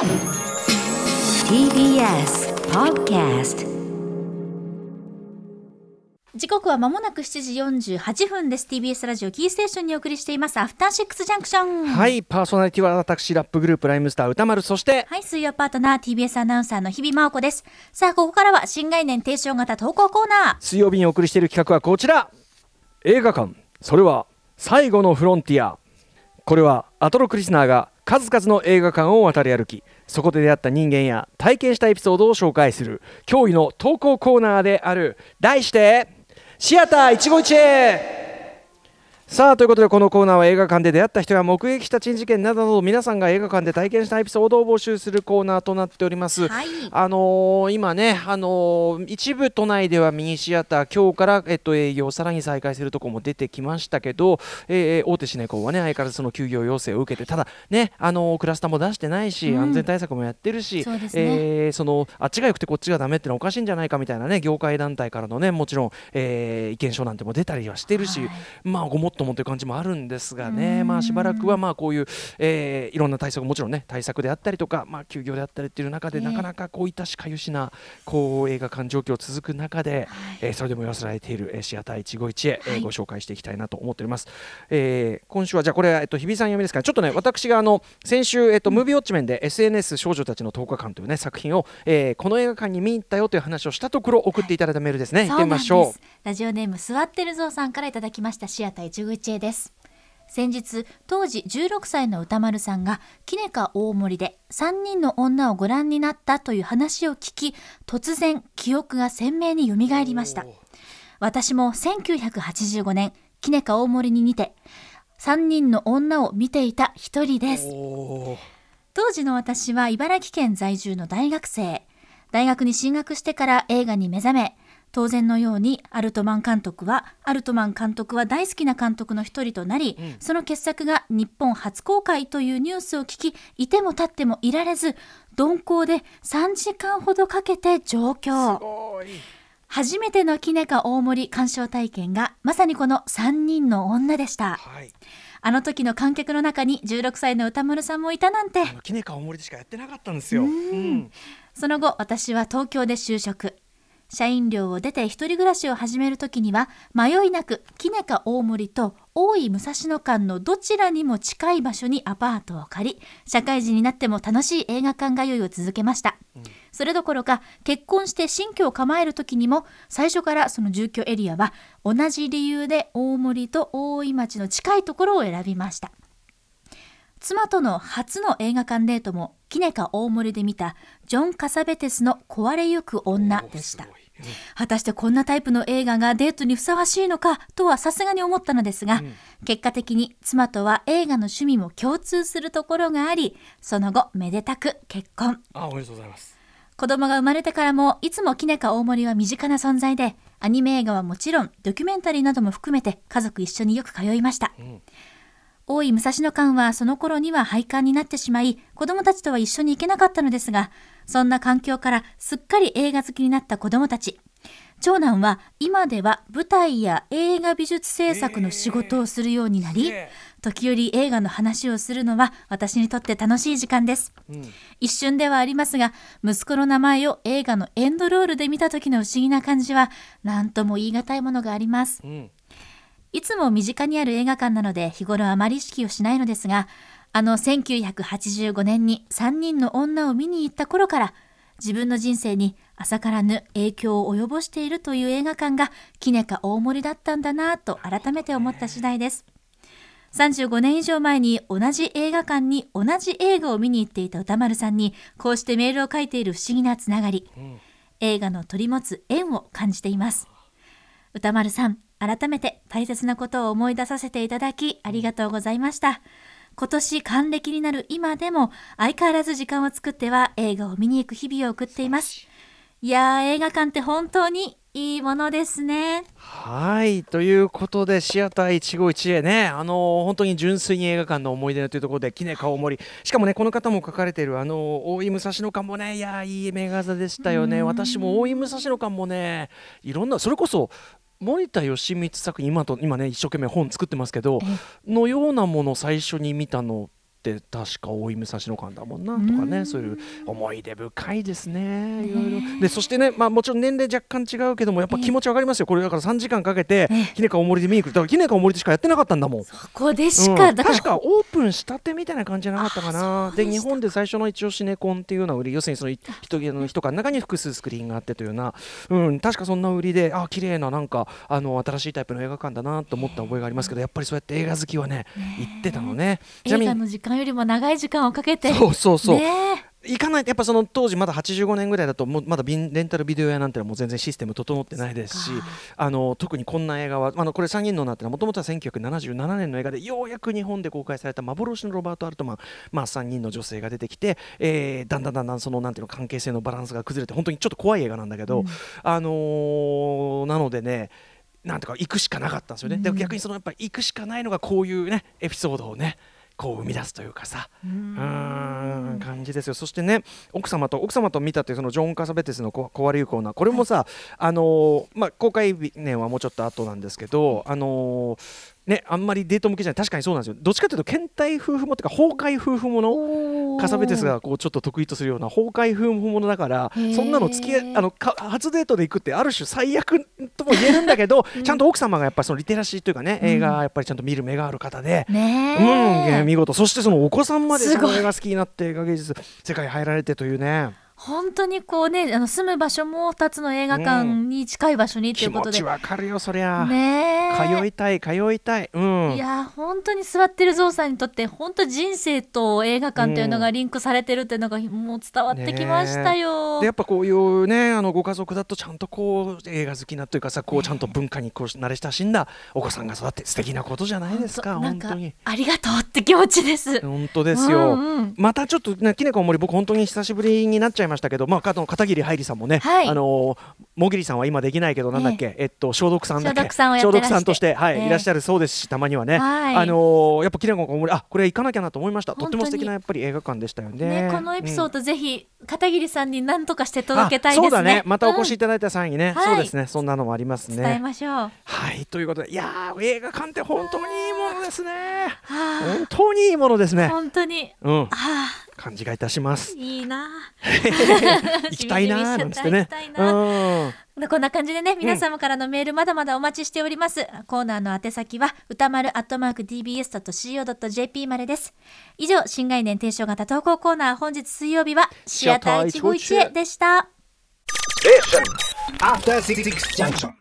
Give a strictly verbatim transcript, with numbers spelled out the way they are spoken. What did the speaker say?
ティービーエス Podcast。 時刻は間もなくしちじよんじゅうはっぷんです。 ティービーエス ラジオキーステーションにお送りしていますアフターシックスジャンクション。 はい、パーソナリティは私ラップグループライムスター歌丸、そしてはい、水曜パートナー ティービーエス アナウンサーの日々真央子です。さあここからは新概念提唱型投稿コーナー。 水曜日にお送りしている企画はこちら、映画館、それは最後のフロンティア。これはアトロクリスナーが数々の映画館を渡り歩き、そこで出会った人間や体験したエピソードを紹介する驚異の投稿コーナーである。題してシアター一期一会。さあということで、このコーナーは映画館で出会った人や目撃した珍事件などなど皆さんが映画館で体験したエピソードを募集するコーナーとなっております。 はい、 あのー、今ね、あのー、一部都内ではミニシアター今日から、えっと、営業をさらに再開するところも出てきましたけど、えー、大手シネコンはね相変わらずその休業要請を受けて、ただね、あのー、クラスターも出してないし、うん、安全対策もやってるし、 そうですね、 えー、そのあっちが良くてこっちがダメってのはおかしいんじゃないかみたいなね、業界団体からのねもちろん、えー、意見書なんても出たりはしてるし、はい、まあごもっともという感じもあるんですがね、まあしばらくはまあこういう、えー、いろんな対策、もちろんね対策であったりとか、まあ休業であったりっていう中で、なかなかこういったしかゆしなこう映画館状況続く中で、はい、えー、それでも寄せられている、えー、シアター一期一会、えー、ご紹介していきたいなと思っております。えー、今週はじゃあこれ、えっと、日比さん読みですから、ちょっとね私があの先週、えっと、ムービーウォッチメンで エスエヌエス 少女たちのとおかかんというね作品を、えー、この映画館に見に行ったよという話をしたところ送っていただいたメールですね、はい、行ってみましょう。 ラジオネーム座ってるぞうさんからいただきました。シアター一期一会です。先日当時じゅうろくさいの歌丸さんがキネカ大森でさんにんの女をご覧になったという話を聞き、突然記憶が鮮明によみがえりました。私もせんきゅうひゃくはちじゅうごねんキネカ大森に似てさんにんの女を見ていた一人です。当時の私は茨城県在住の大学生。大学に進学してから映画に目覚め、当然のようにアルトマン監督はアルトマン監督は大好きな監督の一人となり、うん、その傑作が日本初公開というニュースを聞き、いても立ってもいられず、鈍行でさんじかんほどかけて上京。すごい。初めてのキネカ大森鑑賞体験がまさにこのさんにんの女でした。はい、あの時の観客の中にじゅうろくさいの歌丸さんもいたなんて。 キネカ大森でしかやってなかったんですよ。うん、 その後私は東京で就職。社員寮を出て一人暮らしを始めるときには迷いなくキネカ大森と大井武蔵野間のどちらにも近い場所にアパートを借り、社会人になっても楽しい映画館通いを続けました。うん、それどころか結婚して新居を構えるときにも最初からその住居エリアは同じ理由で大森と大井町の近いところを選びました。妻との初の映画館デートもキネカ大森で見たジョン・カサベテスの壊れゆく女でした。果たしてこんなタイプの映画がデートにふさわしいのかとはさすがに思ったのですが、うん、結果的に妻とは映画の趣味も共通するところがあり、その後めでたく結婚。 あ、おめでとうございます。 子供が生まれてからもいつもキネカ大森は身近な存在で、アニメ映画はもちろんドキュメンタリーなども含めて家族一緒によく通いました。うん、大井武蔵野間はその頃には廃館になってしまい、子供たちとは一緒に行けなかったのですが、そんな環境からすっかり映画好きになった子供たち。長男は今では舞台や映画美術制作の仕事をするようになり、えー、時折映画の話をするのは私にとって楽しい時間です。うん、一瞬ではありますが、息子の名前を映画のエンドロールで見た時の不思議な感じは何とも言い難いものがあります。うん、いつも身近にある映画館なので日頃あまり意識をしないのですが、あのせんきゅうひゃくはちじゅうごねんにさんにんの女を見に行った頃から自分の人生に浅からぬ影響を及ぼしているという映画館がキネカ大森だったんだなぁと改めて思った次第です。さんじゅうごねん以上前に同じ映画館に同じ映画を見に行っていた歌丸さんにこうしてメールを書いている不思議なつながり、うん、映画の取り持つ縁を感じています。歌丸さん、改めて大切なことを思い出させていただきありがとうございました。今年還暦になる今でも相変わらず時間を作っては映画を見に行く日々を送っています。いやー、映画館って本当にいいものですね。 はい、ということでシアター一期一会ね、あのー、本当に純粋に映画館の思い出というところでキネカ大森、しかもねこの方も書かれているあのー、大井武蔵野間もね、いやいい名画座でしたよね。私も大井武蔵野間もね、いろんなそれこそ森田義満作品、今と今ね一生懸命本作ってますけどのようなものを最初に見たのっって確か大井武蔵野間だもんなとかね、そういう思い出深いですね、いろいろで。そしてね、まあ、もちろん年齢若干違うけどもやっぱ気持ちわかりますよ。これだからさんじかんかけてきねか大森で見に来る。だからきねか大森でしかやってなかったんだもん。 そこでしか、 うん、 だから確かオープンしたてみたいな感じじゃなかったかな。で日本で最初の一応シネコンっていうのは売り、要するにその一人の人が中に複数スクリーンがあってというような、うん、確かそんな売りで、あ綺麗ななんかあの新しいタイプの映画館だなと思った覚えがありますけど、やっぱりそうやって映画好きはね行ってたのね。 映画の時間よりも長い時間をかけて、 そうそうそう、 ね、 行かないとやっぱその当時まだはちじゅうごねんぐらいだともうまだビンレンタルビデオ屋なんてのはもう全然システム整ってないですし、あの特にこんな映画はあのこれさんにんの女ってのはもともとはせんきゅうひゃくななじゅうななねんの映画でようやく日本で公開された幻のロバート・アルトマン、まあ、さんにんの女性が出てきて、えー、だんだんだんだんそのなんていうの関係性のバランスが崩れて本当にちょっと怖い映画なんだけど、うん、あのー、なのでねなんとか行くしかなかったんですよね、うん、で逆にそのやっぱり行くしかないのがこういうねエピソードをねこう生み出すというかさ、うーん感じですよ。そしてね奥様と奥様と見たというそのジョン・カサベテスのコアリューコーナー、これもさ、はい、あのーまあ、公開年はもうちょっと後なんですけど、あのーね、あんまりデート向けじゃない。確かにそうなんですよ。どっちかというと倦怠夫婦もっていうか崩壊夫婦もの、カサベテスがこうちょっと得意とするような崩壊夫婦ものだから、そんなの付き合いあのか初デートで行くってある種最悪とも言えるんだけど、うん、ちゃんと奥様がやっぱりそのリテラシーというかね、うん、映画やっぱりちゃんと見る目がある方で、ね、うん、見事。そしてそのお子さんまでその映画好きになって映画芸術世界入られてというね。 本当にこうね、あの住む場所もふたつの映画館に近い場所にということで、 気持ちわかるよそりゃ、 ね、 通いたい通いたい、うん、 いや本当に座ってるゾウさんにとって本当人生と映画館というのがリンクされてるっていうのがもう伝わってきましたよ、 ね、でやっぱこういうねあのご家族だとちゃんとこう映画好きなというかさこうちゃんと文化にこう慣れ親しんだお子さんが育って素敵なことじゃないですか。本当にありがとうって気持ちです。 本当ですよ、 うんうん、 またちょっとねきねか大森僕本当に久しぶりになっちゃいましたけど、まあの片桐はいりさんもね、はい、あのもぎりさんは今できないけどなんだっけ、えー、えっと消毒さんだっけ、消毒さんとして、はい、えー、いらっしゃるそうですし、たまにはね、はい、あのー、やっぱきねか大森あこれ行かなきゃなと思いました。とっても素敵なやっぱり映画館でしたよ ね, ね。このエピソード、うん、ぜひ片桐さんに何とかして届けたいですね。 そうだね、またお越しいただいた際にね、うん、そうですね、そんなのもありますね。 伝えましょう。 はい、ということでいや映画館って本当にいいものですね。本当にいいものですね。 本当に、 うん、感じがいたします。 いいな行きたいななんつってね。 うん、こんな感じでね皆様からのメールまだまだお待ちしております、うん、コーナーの宛先は歌丸アットマーク ティービーエスドットシーオードットジェーピー までです。以上新概念提唱型投稿コーナー、本日水曜日はシアター一期一会でした。